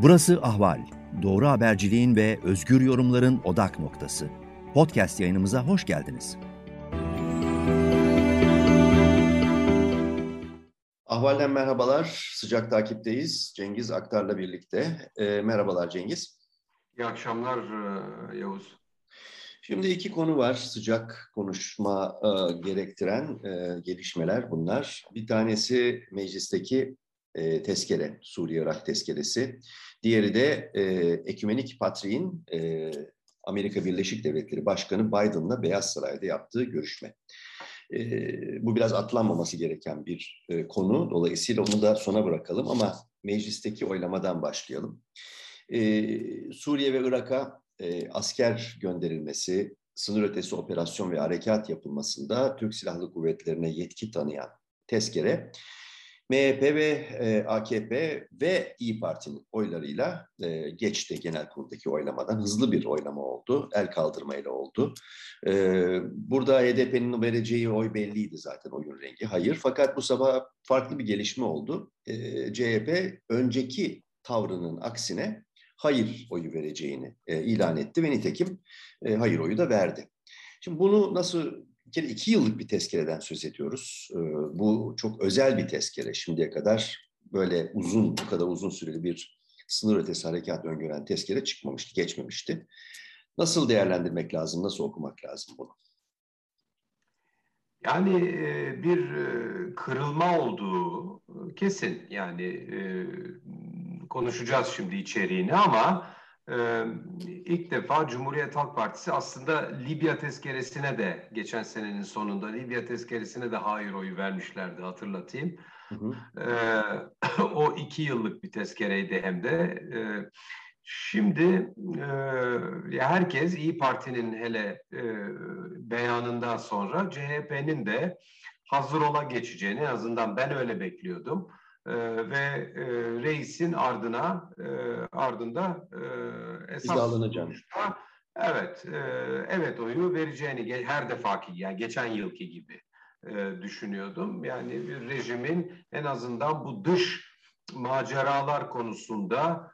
Burası Ahval. Doğru haberciliğin ve özgür yorumların odak noktası. Podcast yayınımıza hoş geldiniz. Ahval'den merhabalar. Sıcak takipteyiz. Cengiz Aktar'la birlikte. Merhabalar Cengiz. İyi akşamlar Yavuz. Şimdi iki konu var sıcak konuşma gerektiren gelişmeler bunlar. Bir tanesi meclisteki tezkere, Suriye-Irak tezkeresi. Diğeri de Ekümenik Patriğin Amerika Birleşik Devletleri Başkanı Biden'la Beyaz Saray'da yaptığı görüşme. Bu biraz atlanmaması gereken bir konu. Dolayısıyla onu da sona bırakalım ama meclisteki oylamadan başlayalım. Suriye ve Irak'a asker gönderilmesi, sınır ötesi operasyon ve harekat yapılmasında Türk Silahlı Kuvvetleri'ne yetki tanıyan tezkere, MHP ve AKP ve İYİ Parti'nin oylarıyla geçti genel kurultaki oylamadan. Hızlı bir oylama oldu, el kaldırmayla oldu. Burada HDP'nin vereceği oy belliydi zaten, oyun rengi. Hayır, fakat bu sabah farklı bir gelişme oldu. CHP önceki tavrının aksine hayır oyu vereceğini ilan etti ve nitekim hayır oyu da verdi. Şimdi bunu nasıl... Bir kere 2 yıllık bir tezkereden söz ediyoruz. Bu çok özel bir tezkere. Şimdiye kadar böyle bu kadar uzun süreli bir sınır ötesi harekat öngören tezkere çıkmamıştı, geçmemişti. Nasıl değerlendirmek lazım, nasıl okumak lazım bunu? Yani bir kırılma olduğu kesin. Yani konuşacağız şimdi içeriğini ama ilk defa Cumhuriyet Halk Partisi aslında Libya tezkeresine de geçen senenin sonunda Libya tezkeresine de hayır oyu vermişlerdi, hatırlatayım. Hı hı. O 2 yıllık bir tezkereydi hem de. Şimdi herkes İYİ Parti'nin hele beyanından sonra CHP'nin de hazır ola geçeceğini, en azından ben öyle bekliyordum. Ve reisin ardında esas sonuçta evet oyu vereceğini her defaki, yani geçen yılki gibi düşünüyordum. Yani bir rejimin en azından bu dış maceralar konusunda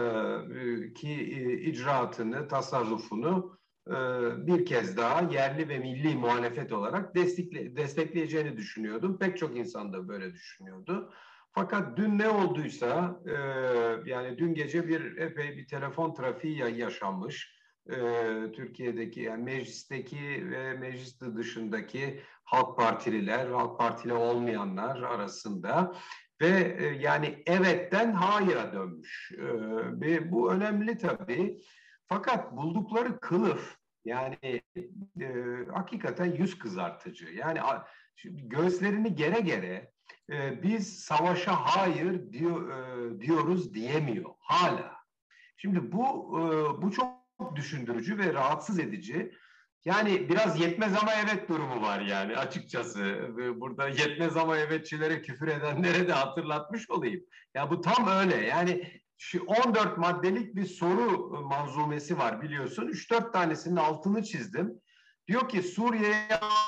ki icraatını, tasarrufunu bir kez daha yerli ve milli muhalefet olarak destekleyeceğini düşünüyordum. Pek çok insan da böyle düşünüyordu. Fakat dün ne olduysa, yani dün gece epey bir telefon trafiği yaşanmış. Türkiye'deki, yani meclisteki ve meclis dışındaki Halk Partililer, Halk Partili olmayanlar arasında. Ve yani evetten hayıra dönmüş. Bu önemli tabii. Fakat buldukları kılıf yani hakikaten yüz kızartıcı. Yani gözlerini gere gere biz savaşa hayır diyoruz diyemiyor hala. Şimdi bu çok düşündürücü ve rahatsız edici. Yani biraz yetmez ama evet durumu var yani açıkçası. Burada yetmez ama evetçilere, küfür edenlere de hatırlatmış olayım. Ya bu tam öyle. Yani şu 14 maddelik bir soru manzumesi var biliyorsun. 3-4 tanesinin altını çizdim. Diyor ki Suriye'ye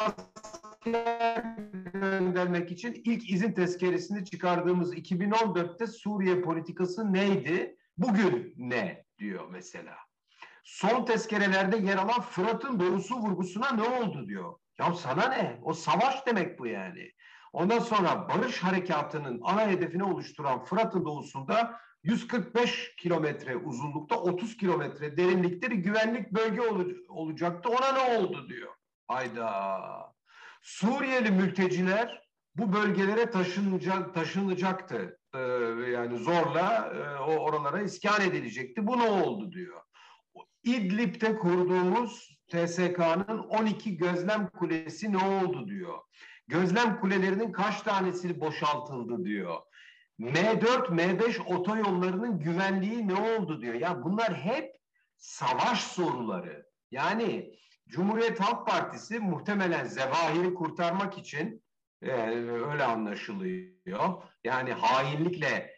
asker göndermek için ilk izin tezkeresini çıkardığımız 2014'te Suriye politikası neydi? Bugün ne diyor mesela. Son tezkerelerde yer alan Fırat'ın doğusu vurgusuna ne oldu diyor. Ya sana ne? O savaş demek bu yani. Ondan sonra barış harekatının ana hedefini oluşturan Fırat'ın doğusunda 145 kilometre uzunlukta 30 kilometre derinlikte bir güvenlik bölge olacaktı. Ona ne oldu diyor. Hayda. Suriyeli mülteciler bu bölgelere taşınacaktı. Yani zorla oralara iskan edilecekti. Bu ne oldu diyor. İdlib'de kurduğumuz TSK'nın 12 gözlem kulesi ne oldu diyor. Gözlem kulelerinin kaç tanesi boşaltıldı diyor. M4, M5 otoyollarının güvenliği ne oldu diyor. Ya bunlar hep savaş soruları. Yani Cumhuriyet Halk Partisi muhtemelen zevahiri kurtarmak için öyle anlaşılıyor. Yani hainlikle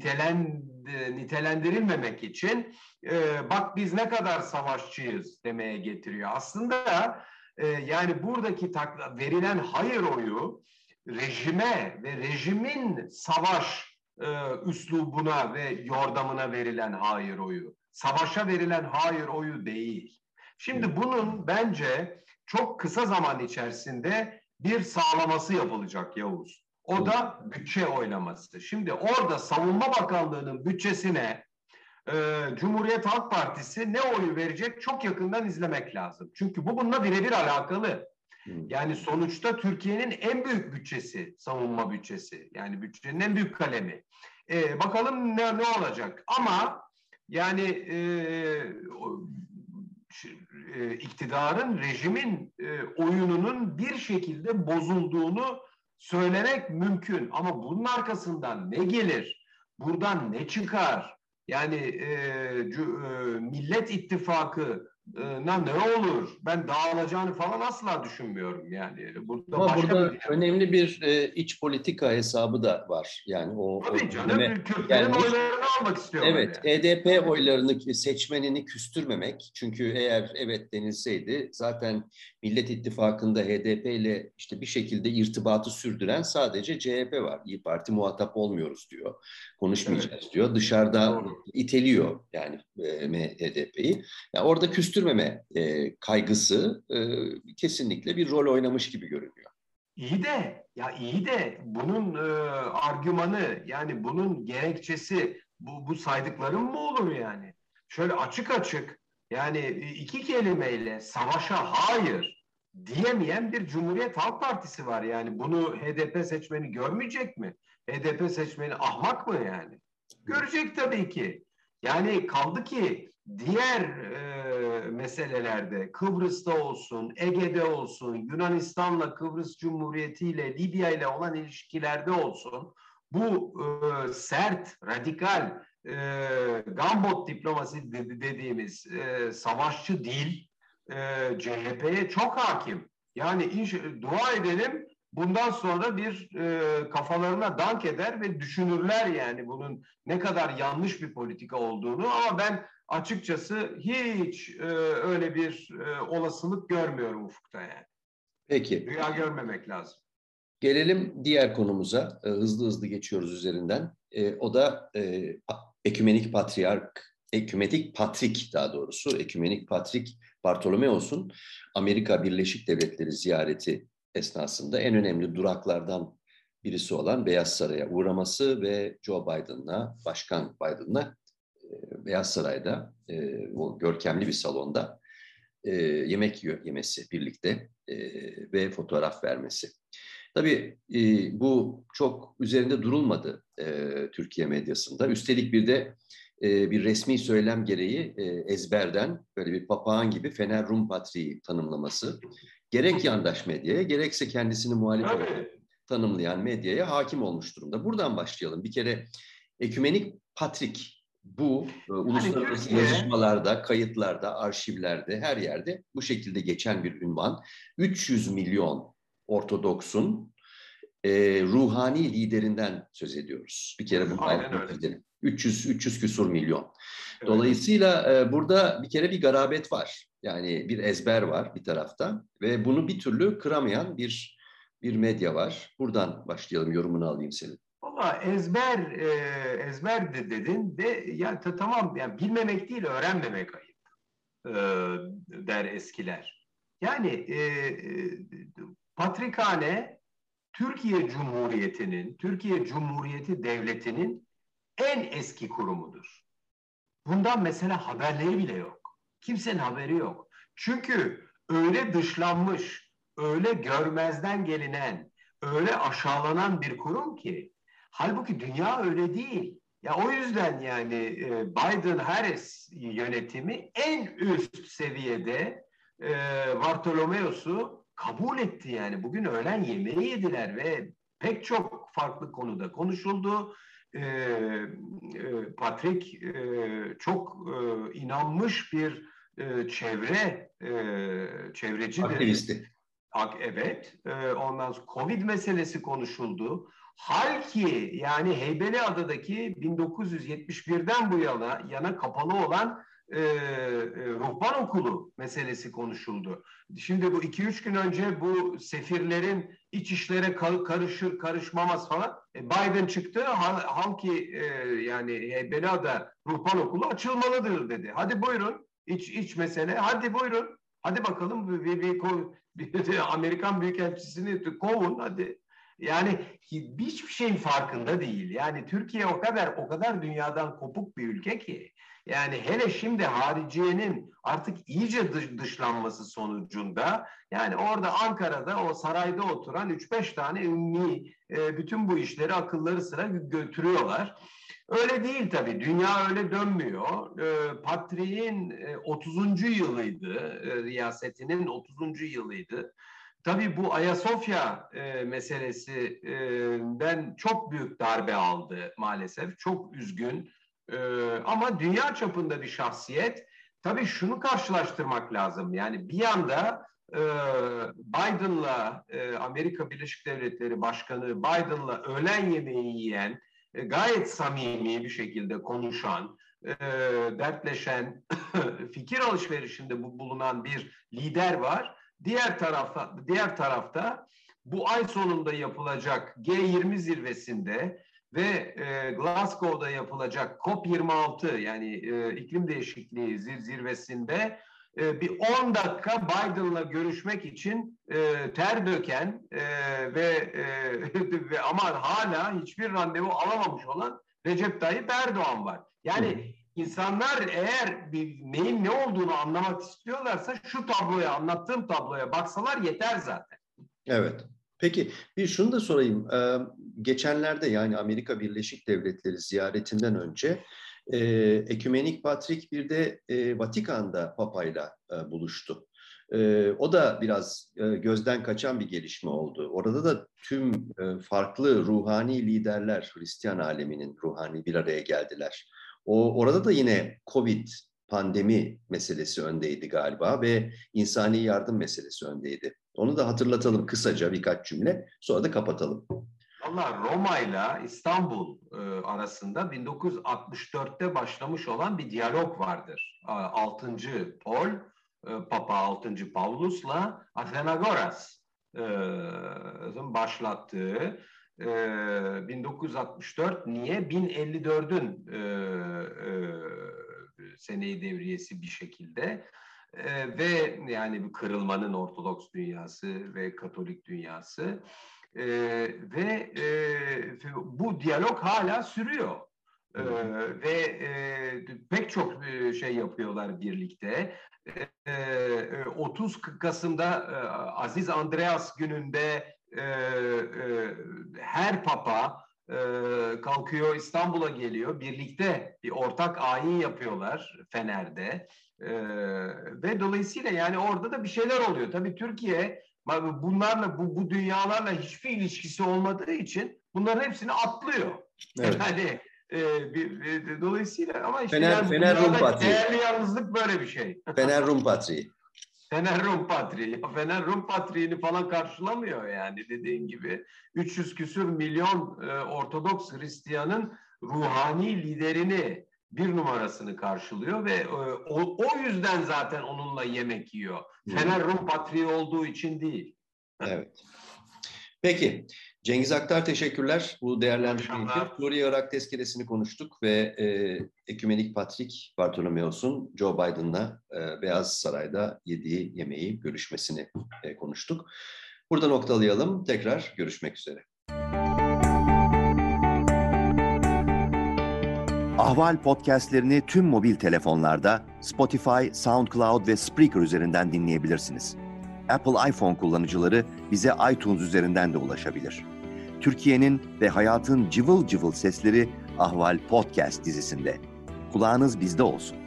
nitelendirilmemek için bak biz ne kadar savaşçıyız demeye getiriyor. Aslında yani buradaki verilen hayır oyu rejime ve rejimin savaş üslubuna ve yordamına verilen hayır oyu. Savaşa verilen hayır oyu değil. Şimdi bunun bence çok kısa zaman içerisinde bir sağlaması yapılacak Yavuz. O da bütçe oylaması. Şimdi orada Savunma Bakanlığı'nın bütçesine Cumhuriyet Halk Partisi ne oyu verecek çok yakından izlemek lazım. Çünkü bu bununla birebir alakalı. Yani sonuçta Türkiye'nin en büyük bütçesi, savunma bütçesi. Yani bütçenin en büyük kalemi. Bakalım ne olacak. Ama yani iktidarın, rejimin oyununun bir şekilde bozulduğunu söylemek mümkün. Ama bunun arkasından ne gelir? Buradan ne çıkar? Yani Millet İttifakı'na ne olur? Ben dağılacağını falan asla düşünmüyorum yani. Ama burada önemli bir iç politika hesabı da var. Yani tabii canım, Kürtlerin oylarını almak istiyorlar. Evet, yani. HDP oylarını, seçmenini küstürmemek. Çünkü eğer evet denilseydi zaten Millet İttifakı'nda HDP ile işte bir şekilde irtibatı sürdüren sadece CHP var. İYİ Parti muhatap olmuyoruz diyor. Konuşmayacağız diyor. Dışarıda iteliyor yani HDP'yi. Yani orada küstürmeme kaygısı kesinlikle bir rol oynamış gibi görünüyor. İyi de bunun argümanı, yani bunun gerekçesi bu saydıklarım mı olur yani? Şöyle açık açık, yani iki kelimeyle savaşa hayır diyemeyen bir Cumhuriyet Halk Partisi var. Yani bunu HDP seçmeni görmeyecek mi? HDP seçmeni ahmak mı yani? Görecek tabii ki. Yani kaldı ki diğer meselelerde, Kıbrıs'ta olsun, Ege'de olsun, Yunanistan'la, Kıbrıs Cumhuriyeti ile, Libya ile olan ilişkilerde olsun, bu sert, radikal, gambot diplomasi dediğimiz savaşçı dil CHP'ye çok hakim. Yani dua edelim bundan sonra bir kafalarına dank eder ve düşünürler yani bunun ne kadar yanlış bir politika olduğunu. Ama ben açıkçası hiç öyle bir olasılık görmüyorum ufukta yani. Peki. Rüya görmemek lazım. Gelelim diğer konumuza. Hızlı hızlı geçiyoruz üzerinden. O da Ekümenik Patrik Bartolomeos'un Amerika Birleşik Devletleri ziyareti esnasında en önemli duraklardan birisi olan Beyaz Saray'a uğraması ve Başkan Biden'la Beyaz Saray'da o görkemli bir salonda yemek yemesi birlikte ve fotoğraf vermesi. Tabii bu çok üzerinde durulmadı Türkiye medyasında. Üstelik bir de bir resmi söylem gereği ezberden böyle bir papağan gibi Fener Rum Patriği tanımlaması gerek yandaş medyaya gerekse kendisini muhalif olarak tanımlayan medyaya hakim olmuş durumda. Buradan başlayalım. Bir kere Ekümenik Patrik bu uluslararası yazışmalarda, kayıtlarda, arşivlerde, her yerde bu şekilde geçen bir ünvan. 300 milyon Ortodoksun ruhani liderinden söz ediyoruz. Bir kere bunu altına çizelim. 300 küsur milyon. Evet. Dolayısıyla burada bir kere bir garabet var. Yani bir ezber var bir tarafta ve bunu bir türlü kıramayan bir medya var. Buradan başlayalım, yorumunu alayım senin. Valla ezber de dedin de ya tamam, yani bilmemek değil öğrenmemek ayıp der eskiler. Yani Patrikhane Türkiye Cumhuriyeti Devleti'nin en eski kurumudur. Bundan mesela haberleri bile yok. Kimsenin haberi yok. Çünkü öyle dışlanmış, öyle görmezden gelinen, öyle aşağılanan bir kurum ki, halbuki dünya öyle değil. Ya o yüzden yani Biden-Harris yönetimi en üst seviyede Bartolomeos'u kabul etti yani. Bugün öğlen yemeği yediler ve pek çok farklı konuda konuşuldu. Patrick çok inanmış bir çevrecidir. Aktivisti. Evet. Ondan sonra Covid meselesi konuşuldu. Halki yani Heybeliada'daki 1971'den bu yana kapalı olan ruhban okulu meselesi konuşuldu. Şimdi bu 2-3 gün önce bu sefirlerin iç işlere karışır karışmamaz falan. Biden çıktı, halki yani Heybeliada ruhban okulu açılmalıdır dedi. Hadi buyurun, iç mesele, hadi buyurun. Hadi bakalım bir Amerikan Büyükelçisini kovun hadi. Yani hiçbir şeyin farkında değil. Yani Türkiye o kadar dünyadan kopuk bir ülke ki. Yani hele şimdi hariciyenin artık iyice dışlanması sonucunda, yani orada Ankara'da o sarayda oturan 3-5 tane ümmi bütün bu işleri akılları sıra götürüyorlar. Öyle değil tabii. Dünya öyle dönmüyor. Patriğin 30. yılıydı. Riyasetinin 30. yılıydı. Tabii bu Ayasofya meselesinden çok büyük darbe aldı maalesef. Çok üzgün. Ama dünya çapında bir şahsiyet. Tabii şunu karşılaştırmak lazım. Yani bir yanda Biden'la Amerika Birleşik Devletleri Başkanı Biden'la öğlen yemeği yiyen, gayet samimi bir şekilde konuşan, dertleşen, fikir alışverişinde bulunan bir lider var. Diğer tarafta bu ay sonunda yapılacak G20 zirvesinde ve Glasgow'da yapılacak COP26 yani iklim değişikliği zirvesinde bir 10 dakika Biden'la görüşmek için ter döken ve ama hala hiçbir randevu alamamış olan Recep Tayyip Erdoğan var. Yani insanlar eğer neyin ne olduğunu anlamak istiyorlarsa şu tabloya, anlattığım tabloya baksalar yeter zaten. Evet. Peki bir şunu da sorayım. Geçenlerde yani Amerika Birleşik Devletleri ziyaretinden önce Ekümenik Patrik bir de Vatikan'da Papa'yla buluştu. O da biraz gözden kaçan bir gelişme oldu. Orada da tüm farklı ruhani liderler, Hristiyan aleminin ruhani bir araya geldiler. Orada da yine Covid pandemi meselesi öndeydi galiba ve insani yardım meselesi öndeydi. Onu da hatırlatalım kısaca birkaç cümle, sonra da kapatalım. Vallahi Roma ile İstanbul arasında 1964'te başlamış olan bir diyalog vardır. 6. Paul, Papa 6. Paulus'la Athenagoras başlattığı 1964 niye 1054'ün seneyi devriyesi bir şekilde ve yani bir kırılmanın Ortodoks dünyası ve Katolik dünyası ve bu diyalog hala sürüyor. Ve pek çok şey yapıyorlar birlikte. 30 Kasım'da Aziz Andreas gününde her papa kalkıyor İstanbul'a geliyor. Birlikte bir ortak ayin yapıyorlar Fener'de. Ve dolayısıyla yani orada da bir şeyler oluyor. Tabii Türkiye bunlarla bu dünyalarla hiçbir ilişkisi olmadığı için bunların hepsini atlıyor. Evet. Yani dolayısıyla ama işte Fener Rum Patriği. Değerli yalnızlık böyle bir şey. Fener Rum Patriği. Fener Rum Patriği. Fener Rum Patriği'ni falan karşılamıyor yani dediğin gibi. 300 küsür milyon Ortodoks Hristiyanın ruhani liderini bir numarasını karşılıyor ve o yüzden zaten onunla yemek yiyor. Fener Rum Patriği olduğu için değil. Evet. Peki. Cengiz Aktar teşekkürler. Bu değerlendirme için Suriye-Irak tezkeresini konuştuk ve Ekümenik Patrik Bartolomeos'un Joe Biden'la Beyaz Saray'da yediği yemeği, görüşmesini konuştuk. Burada noktalayalım. Tekrar görüşmek üzere. Ahval podcastlerini tüm mobil telefonlarda Spotify, SoundCloud ve Spreaker üzerinden dinleyebilirsiniz. Apple iPhone kullanıcıları bize iTunes üzerinden de ulaşabilir. Türkiye'nin ve hayatın cıvıl cıvıl sesleri Ahval Podcast dizisinde. Kulağınız bizde olsun.